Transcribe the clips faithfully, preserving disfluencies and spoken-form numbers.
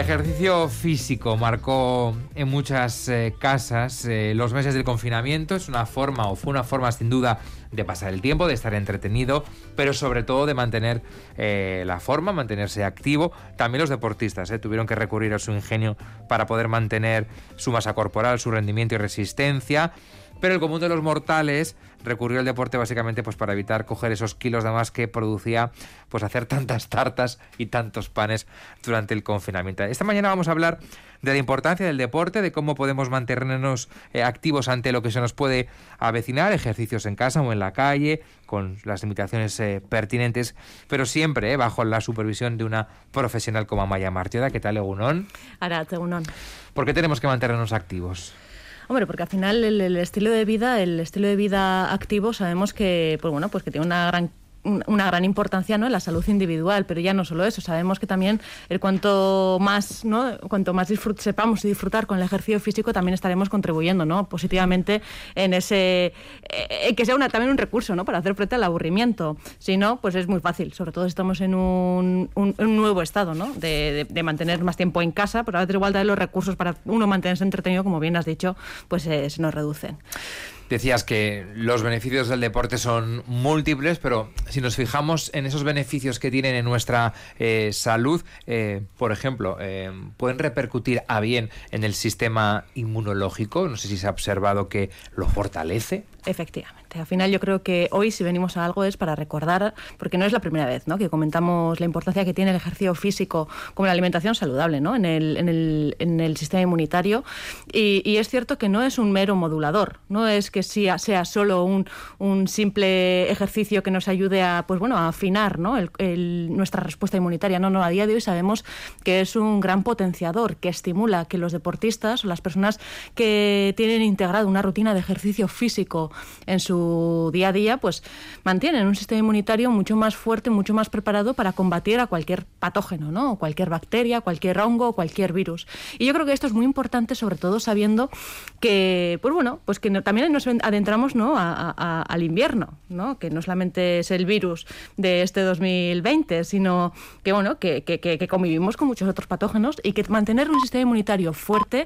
ejercicio físico marcó en muchas eh, casas eh, los meses del confinamiento. Es una forma, o fue una forma sin duda, de pasar el tiempo, de estar entretenido, pero sobre todo de mantener eh, la forma, mantenerse activo. También los deportistas eh, tuvieron que recurrir a su ingenio para poder mantener su masa corporal, su rendimiento y resistencia. Pero el común de los mortales recurrió al deporte básicamente pues para evitar coger esos kilos de más que producía pues hacer tantas tartas y tantos panes durante el confinamiento. Esta mañana vamos a hablar de la importancia del deporte, de cómo podemos mantenernos eh, activos ante lo que se nos puede avecinar, ejercicios en casa o en la calle, con las limitaciones eh, pertinentes, pero siempre eh, bajo la supervisión de una profesional como Amaia Martioda. ¿Qué tal, Egunon? Arat, Egunon. ¿Por qué tenemos que mantenernos activos? Hombre, porque al final el, el estilo de vida, el estilo de vida activo, sabemos que, pues bueno, pues que tiene una gran una gran importancia, ¿no?, en la salud individual, pero ya no solo eso, sabemos que también el cuanto más, ¿no?, cuanto más disfrut- sepamos y disfrutar con el ejercicio físico, también estaremos contribuyendo, ¿no?, positivamente en ese eh, que sea una, también un recurso, ¿no?, para hacer frente al aburrimiento. Si no, pues es muy fácil, sobre todo si estamos en un, un, un nuevo estado, ¿no?, de, de, de mantener más tiempo en casa, pero a veces igual de los recursos para uno mantenerse entretenido, como bien has dicho, pues eh, se nos reducen. Decías que los beneficios del deporte son múltiples, pero si nos fijamos en esos beneficios que tienen en nuestra eh, salud, eh, por ejemplo, eh, ¿pueden repercutir a bien en el sistema inmunológico? No sé si se ha observado que lo fortalece. Efectivamente. Al final yo creo que hoy, si venimos a algo, es para recordar, porque no es la primera vez, ¿no?, que comentamos la importancia que tiene el ejercicio físico como la alimentación saludable, ¿no?, en el, en el, en el sistema inmunitario. Y, y es cierto que no es un mero modulador, no es que sea, sea solo un, un simple ejercicio que nos ayude a, pues bueno, a afinar, ¿no?, el, el, nuestra respuesta inmunitaria. No, no, a día de hoy sabemos que es un gran potenciador, que estimula que los deportistas o las personas que tienen integrado una rutina de ejercicio físico en su día a día, pues mantienen un sistema inmunitario mucho más fuerte, mucho más preparado para combatir a cualquier patógeno, ¿no?, o cualquier bacteria, cualquier hongo, cualquier virus. Y yo creo que esto es muy importante, sobre todo sabiendo que, pues bueno, pues que no, también nos adentramos, ¿no?, a, a, al invierno, ¿no?, que no solamente es el virus de este dos mil veinte, sino que bueno, que, que, que convivimos con muchos otros patógenos, y que mantener un sistema inmunitario fuerte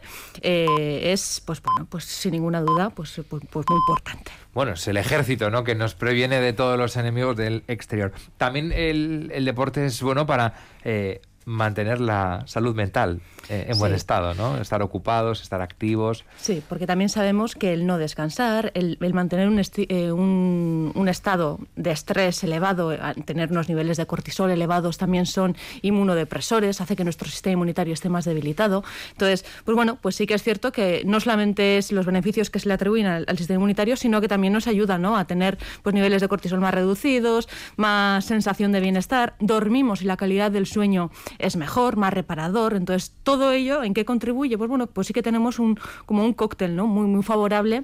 eh, es, pues bueno, pues sin ninguna duda, pues, pues, pues muy importante. Bueno, es el ejército, ¿no?, que nos previene de todos los enemigos del exterior. También el, el deporte es bueno para eh, mantener la salud mental eh, en sí. buen estado, ¿no? Estar ocupados, estar activos. Sí, porque también sabemos que el no descansar, el, el mantener un, esti- eh, un, un estado de estrés elevado, tener unos niveles de cortisol elevados, también son inmunodepresores, hace que nuestro sistema inmunitario esté más debilitado. Entonces, pues bueno, pues sí que es cierto que no solamente es los beneficios que se le atribuyen al, al sistema inmunitario, sino que también nos ayuda, ¿no?, a tener pues niveles de cortisol más reducidos, más sensación de bienestar, dormimos y la calidad del sueño es mejor, más reparador. Entonces, todo ello, ¿en qué contribuye? Pues bueno, pues sí que tenemos un como un cóctel, ¿no?, muy muy favorable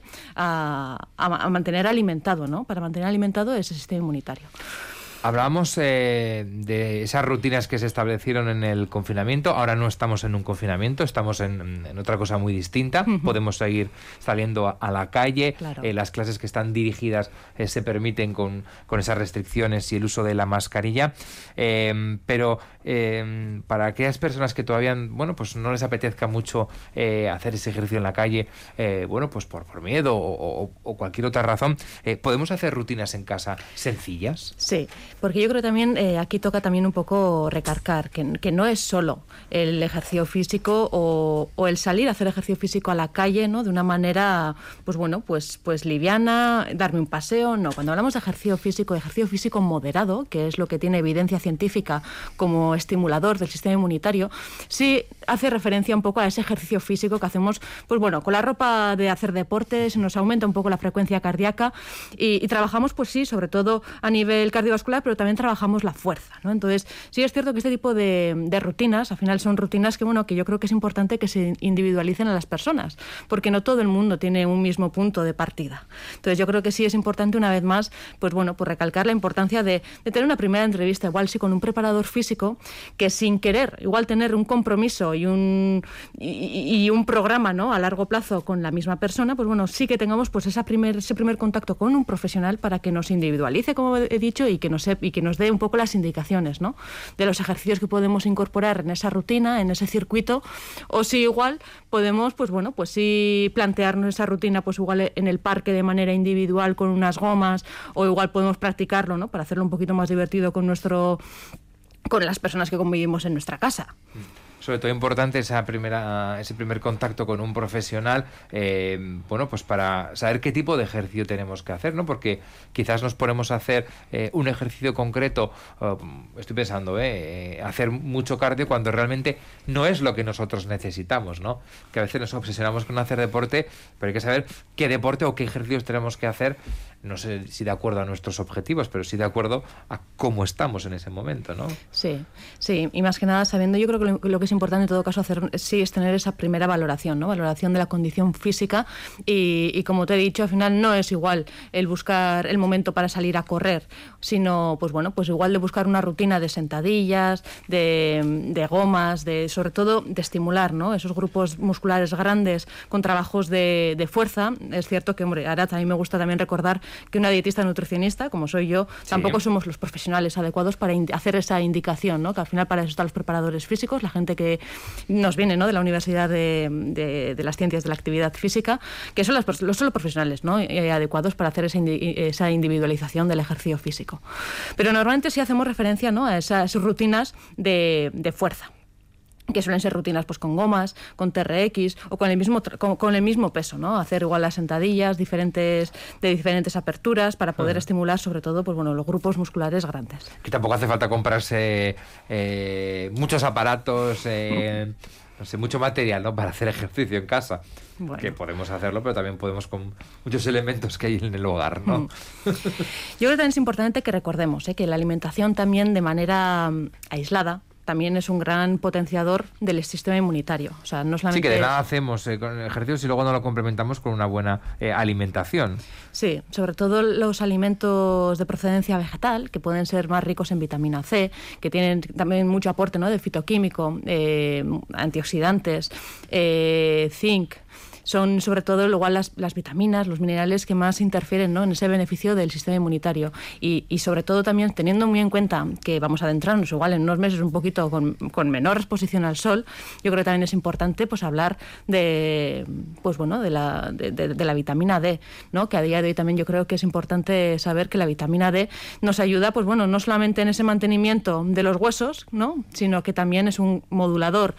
a, a, a mantener alimentado, ¿no?, para mantener alimentado ese sistema inmunitario. Hablábamos eh, de esas rutinas que se establecieron en el confinamiento. Ahora no estamos en un confinamiento, estamos en, en otra cosa muy distinta. Uh-huh. Podemos seguir saliendo a, a la calle. Claro. Eh, las clases que están dirigidas eh, se permiten con, con esas restricciones y el uso de la mascarilla. Eh, pero eh, para aquellas personas que todavía, bueno, pues no les apetezca mucho eh, hacer ese ejercicio en la calle, eh, bueno, pues por, por miedo o, o, o cualquier otra razón, eh, ¿podemos hacer rutinas en casa sencillas? Sí. Porque yo creo que también eh, aquí toca también un poco recargar que, que no es solo el ejercicio físico o, o el salir a hacer ejercicio físico a la calle, ¿no?, de una manera, pues bueno, pues, pues liviana, darme un paseo. No, cuando hablamos de ejercicio físico, ejercicio físico moderado, que es lo que tiene evidencia científica como estimulador del sistema inmunitario, sí hace referencia un poco a ese ejercicio físico que hacemos, pues bueno, con la ropa de hacer deportes, nos aumenta un poco la frecuencia cardíaca y, y trabajamos, pues sí, sobre todo a nivel cardiovascular, pero también trabajamos la fuerza, ¿no? Entonces, sí es cierto que este tipo de, de rutinas, al final son rutinas que, bueno, que yo creo que es importante que se individualicen a las personas, porque no todo el mundo tiene un mismo punto de partida. Entonces, yo creo que sí es importante, una vez más, pues bueno, pues recalcar la importancia de, de tener una primera entrevista, igual sí con un preparador físico, que sin querer, igual tener un compromiso y un, y, y un programa, ¿no?, a largo plazo con la misma persona, pues bueno, sí que tengamos pues esa primer, ese primer contacto con un profesional para que nos individualice, como he dicho, y que nos se, y que nos dé un poco las indicaciones, ¿no?, de los ejercicios que podemos incorporar en esa rutina, en ese circuito, o si igual podemos, pues bueno, pues sí plantearnos esa rutina, pues igual en el parque de manera individual con unas gomas, o igual podemos practicarlo, ¿no?, para hacerlo un poquito más divertido con nuestro, con las personas que convivimos en nuestra casa. Sobre todo importante esa primera, ese primer contacto con un profesional, eh, bueno, pues para saber qué tipo de ejercicio tenemos que hacer, ¿no? Porque quizás nos ponemos a hacer eh, un ejercicio concreto, uh, estoy pensando, eh, hacer mucho cardio cuando realmente no es lo que nosotros necesitamos, ¿no? Que a veces nos obsesionamos con hacer deporte, pero hay que saber qué deporte o qué ejercicios tenemos que hacer, no sé si de acuerdo a nuestros objetivos, pero sí de acuerdo a cómo estamos en ese momento, ¿no? Sí, sí, y más que nada sabiendo, yo creo que lo, lo que es importante en todo caso hacer sí es tener esa primera valoración, ¿no? Valoración de la condición física y, y como te he dicho, al final no es igual el buscar el momento para salir a correr, sino pues bueno, pues igual de buscar una rutina de sentadillas, de, de gomas, de sobre todo de estimular, ¿no?, esos grupos musculares grandes con trabajos de, de fuerza. Es cierto que, hombre, ahora a mí me gusta también recordar que una dietista nutricionista, como soy yo, sí, tampoco somos los profesionales adecuados para hacer esa indicación, ¿no?, que al final para eso están los preparadores físicos, la gente que nos viene, ¿no?, de la Universidad de, de, de las Ciencias de la Actividad Física, que son los, son los profesionales, ¿no?, eh, adecuados para hacer esa, indi, esa individualización del ejercicio físico. Pero normalmente sí hacemos referencia, ¿no?, a esas rutinas de, de fuerza, que suelen ser rutinas pues con gomas, con T R X o con el mismo con, con el mismo peso, ¿no? Hacer igual las sentadillas diferentes de diferentes aperturas para poder uh-huh. estimular sobre todo pues bueno los grupos musculares grandes. Que tampoco hace falta comprarse eh, muchos aparatos, eh, no sé, mucho material, ¿no?, para hacer ejercicio en casa. Bueno. Que podemos hacerlo, pero también podemos con muchos elementos que hay en el hogar, ¿no? Mm. Yo creo que también es importante que recordemos ¿eh? que la alimentación también de manera um, aislada también es un gran potenciador del sistema inmunitario. O sea, no solamente... Sí, que de nada hacemos eh, con el ejercicio si luego no lo complementamos con una buena eh, alimentación. Sí, sobre todo los alimentos de procedencia vegetal, que pueden ser más ricos en vitamina C, que tienen también mucho aporte, ¿no?, de fitoquímico, eh, antioxidantes, eh, zinc. Son sobre todo igual las, las vitaminas, los minerales que más interfieren, ¿no?, en ese beneficio del sistema inmunitario y, y sobre todo también teniendo muy en cuenta que vamos a adentrarnos igual en unos meses un poquito con, con menor exposición al sol. Yo creo que también es importante pues hablar de pues bueno de la, de, de, de la vitamina D, ¿no?, que a día de hoy también yo creo que es importante saber que la vitamina D nos ayuda pues bueno no solamente en ese mantenimiento de los huesos, ¿no?, sino que también es un modulador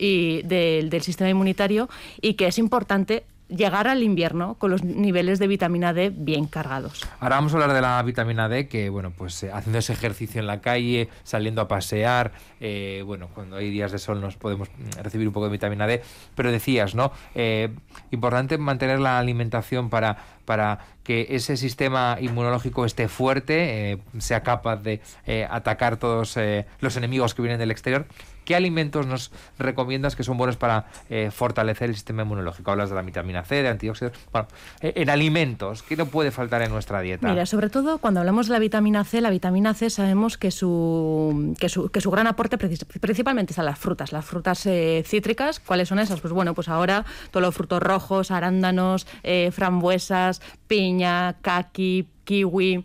y de, del sistema inmunitario y que es importante llegar al invierno con los niveles de vitamina D bien cargados. Ahora vamos a hablar de la vitamina D, que bueno, pues eh, haciendo ese ejercicio en la calle, saliendo a pasear, eh, bueno, cuando hay días de sol nos podemos recibir un poco de vitamina D, pero decías, ¿no?, eh, importante mantener la alimentación para, para que ese sistema inmunológico esté fuerte, eh, sea capaz de eh, atacar todos eh, los enemigos que vienen del exterior. ¿Qué alimentos nos recomiendas que son buenos para eh, fortalecer el sistema inmunológico? Hablas de la vitamina C, de antioxidantes. Bueno, eh, en alimentos, ¿qué no puede faltar en nuestra dieta? Mira, sobre todo cuando hablamos de la vitamina C, la vitamina C sabemos que su, que su, que su gran aporte principalmente están las frutas, las frutas eh, cítricas. ¿Cuáles son esas? Pues bueno, pues ahora todos los frutos rojos, arándanos, eh, frambuesas, piña, caqui, kiwi,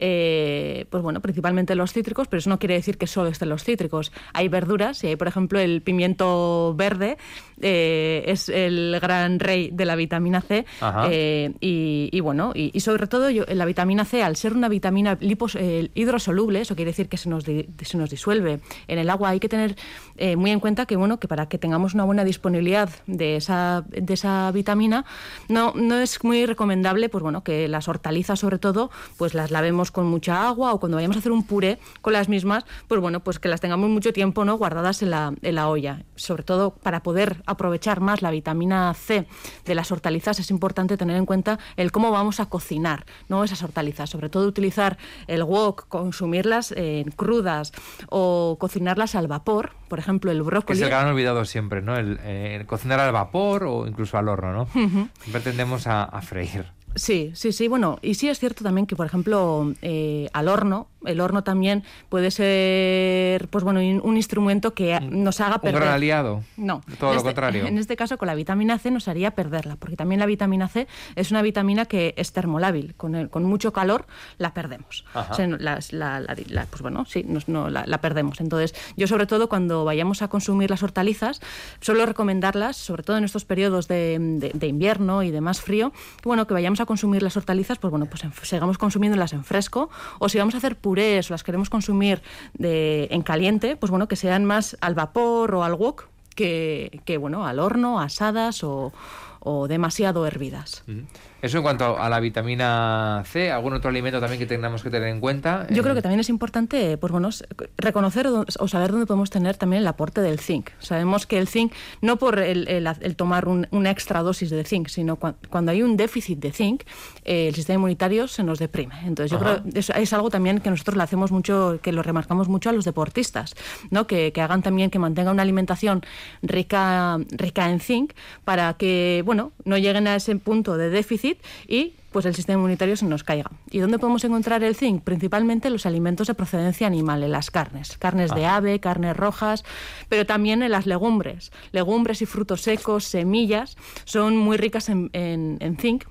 eh, pues bueno, principalmente los cítricos, pero eso no quiere decir que solo estén los cítricos. Hay verduras y hay, por ejemplo, el pimiento verde, eh, es el gran rey de la vitamina C, eh, y, y bueno, y, y sobre todo yo, la vitamina C, al ser una vitamina lipos, eh, hidrosoluble, eso quiere decir que se nos, di, se nos disuelve en el agua, hay que tener eh, muy en cuenta que bueno, que para que tengamos una buena disponibilidad de esa, de esa vitamina, no, no es muy recomendable, pues bueno, que las hortalizas sobre todo, pues las lavemos con mucha agua, o cuando vayamos a hacer un puré con las mismas, pues bueno, pues que las tengamos mucho tiempo, ¿no?, guardadas en la, en la olla. Sobre todo para poder aprovechar más la vitamina C de las hortalizas es importante tener en cuenta el cómo vamos a cocinar, ¿no?, esas hortalizas. Sobre todo utilizar el wok, consumirlas eh, crudas o cocinarlas al vapor, por ejemplo el brócoli. Que es el gran olvidado siempre, ¿no?, el, eh, el cocinar al vapor o incluso al horno, ¿no? Uh-huh. Siempre tendemos a, a freír. Sí, sí, sí. Bueno, y sí es cierto también que, por ejemplo, eh, al horno El horno también puede ser, pues bueno, un instrumento que nos haga perder. ¿Un gran aliado? No. Todo en lo este, contrario. En este caso, con la vitamina C nos haría perderla, porque también la vitamina C es una vitamina que es termolábil. Con, el, con mucho calor la perdemos. O sea, la, la, la, la, pues bueno, sí, nos, no, la, la perdemos. Entonces, yo sobre todo cuando vayamos a consumir las hortalizas, suelo recomendarlas, sobre todo en estos periodos de, de, de invierno y de más frío, que bueno, que vayamos a consumir las hortalizas, pues bueno, pues en, sigamos consumiéndolas en fresco, o si vamos a hacer purés o las queremos consumir de, en caliente, pues bueno, que sean más al vapor o al wok que, que bueno, al horno, asadas o, o demasiado hervidas. Uh-huh. Eso en cuanto a la vitamina C. ¿Algún otro alimento también que tengamos que tener en cuenta? Yo eh... creo que también es importante, pues bueno, reconocer o, o saber dónde podemos tener también el aporte del zinc. Sabemos que el zinc, no por el, el, el tomar un, una extra dosis de zinc, sino cu cuando hay un déficit de zinc, eh, el sistema inmunitario se nos deprime. Entonces yo Ajá. creo que es, es algo también que nosotros le hacemos mucho, que lo remarcamos mucho a los deportistas, ¿no? Que, que hagan también, que mantengan una alimentación rica, rica en zinc para que, bueno, no lleguen a ese punto de déficit y pues el sistema inmunitario se nos caiga. ¿Y dónde podemos encontrar el zinc? Principalmente en los alimentos de procedencia animal, en las carnes, carnes ah. de ave, carnes rojas, pero también en las legumbres. Legumbres y frutos secos, semillas, son muy ricas en, en, en zinc.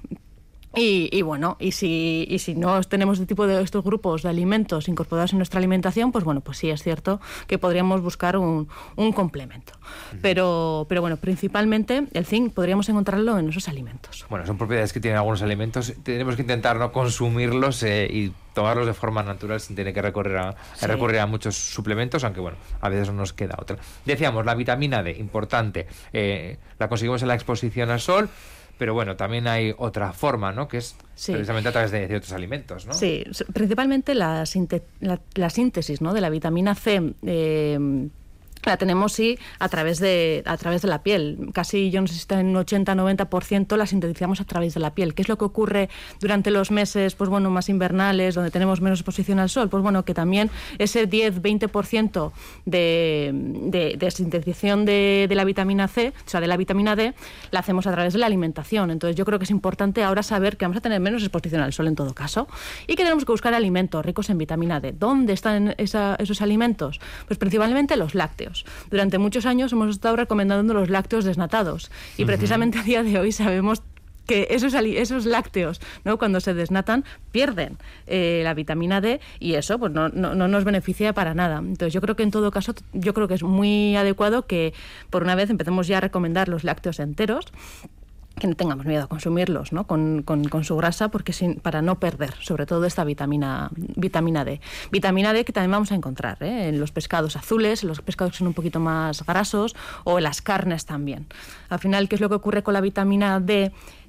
Y, y bueno, y si, y si no tenemos este tipo de estos grupos de alimentos incorporados en nuestra alimentación, pues bueno, pues sí es cierto que podríamos buscar un, un complemento. Pero, pero bueno, principalmente el zinc podríamos encontrarlo en esos alimentos. Bueno, son propiedades que tienen algunos alimentos. Tenemos que intentar no consumirlos eh, y tomarlos de forma natural sin tener que recurrir a, sí. a recurrir a muchos suplementos, aunque bueno, a veces no nos queda otra. Decíamos, la vitamina D, importante, eh, la conseguimos en la exposición al sol. Pero bueno, también hay otra forma, ¿no? Que es sí. precisamente a través de, de otros alimentos, ¿no? Sí, principalmente la, la, la síntesis, ¿no? De la vitamina C. Eh, la tenemos, sí, a través de a través de la piel. Casi, yo no sé si está en un ochenta a noventa por ciento la sintetizamos a través de la piel. ¿Qué es lo que ocurre durante los meses, pues bueno, más invernales, donde tenemos menos exposición al sol? Pues bueno, que también ese diez a veinte por ciento de, de, de sintetización de, de la vitamina C, o sea, de la vitamina D, la hacemos a través de la alimentación. Entonces yo creo que es importante ahora saber que vamos a tener menos exposición al sol en todo caso y que tenemos que buscar alimentos ricos en vitamina D. ¿Dónde están esa, esos alimentos? Pues principalmente los lácteos. Durante muchos años hemos estado recomendando los lácteos desnatados y uh-huh. precisamente a día de hoy sabemos que esos, esos lácteos, ¿no? Cuando se desnatan, pierden eh, la vitamina D y eso pues no, no, no nos beneficia para nada. Entonces yo creo que en todo caso, yo creo que es muy adecuado que por una vez empecemos ya a recomendar los lácteos enteros, que no tengamos miedo a consumirlos, ¿no? con, con, con su grasa, porque sin, para no perder, sobre todo esta vitamina, vitamina D. Vitamina D que también vamos a encontrar ¿eh? en los pescados azules, en los pescados que son un poquito más grasos, o en las carnes también. Al final, ¿qué es lo que ocurre con la vitamina D?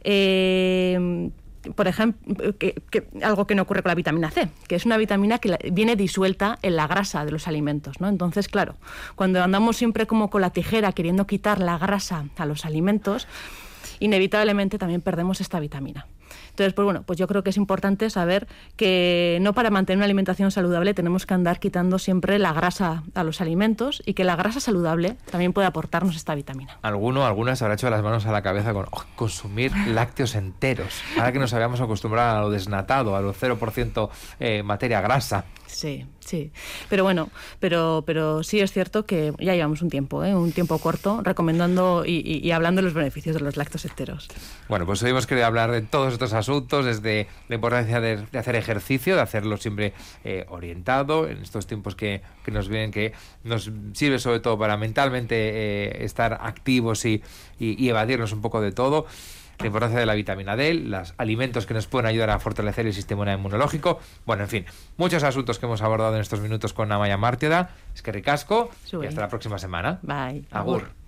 Eh, por ejemplo, que, que, algo que no ocurre con la vitamina C, que es una vitamina que la, viene disuelta en la grasa de los alimentos, ¿no? Entonces, claro, cuando andamos siempre como con la tijera queriendo quitar la grasa a los alimentos, inevitablemente también perdemos esta vitamina. Entonces, pues bueno, pues yo creo que es importante saber que no para mantener una alimentación saludable tenemos que andar quitando siempre la grasa a los alimentos y que la grasa saludable también puede aportarnos esta vitamina. Alguno, algunas habrá hecho las manos a la cabeza con oh, consumir lácteos enteros. Ahora que nos habíamos acostumbrado a lo desnatado, a lo cero por ciento eh, materia grasa. Sí, sí. Pero bueno, pero, pero sí es cierto que ya llevamos un tiempo, ¿eh? un tiempo corto, recomendando y, y, y hablando de los beneficios de los lácteos enteros. Bueno, pues hoy hemos querido hablar de todos estos asuntos, desde la importancia de, de hacer ejercicio, de hacerlo siempre eh, orientado, en estos tiempos que, que nos vienen, que nos sirve sobre todo para mentalmente eh, estar activos y, y, y evadirnos un poco de todo. La importancia de la vitamina D, los alimentos que nos pueden ayudar a fortalecer el sistema inmunológico. Bueno, en fin, muchos asuntos que hemos abordado en estos minutos con Amaia Mártioda. Es que ricasco y hasta la próxima semana. Bye. Agur. Agur.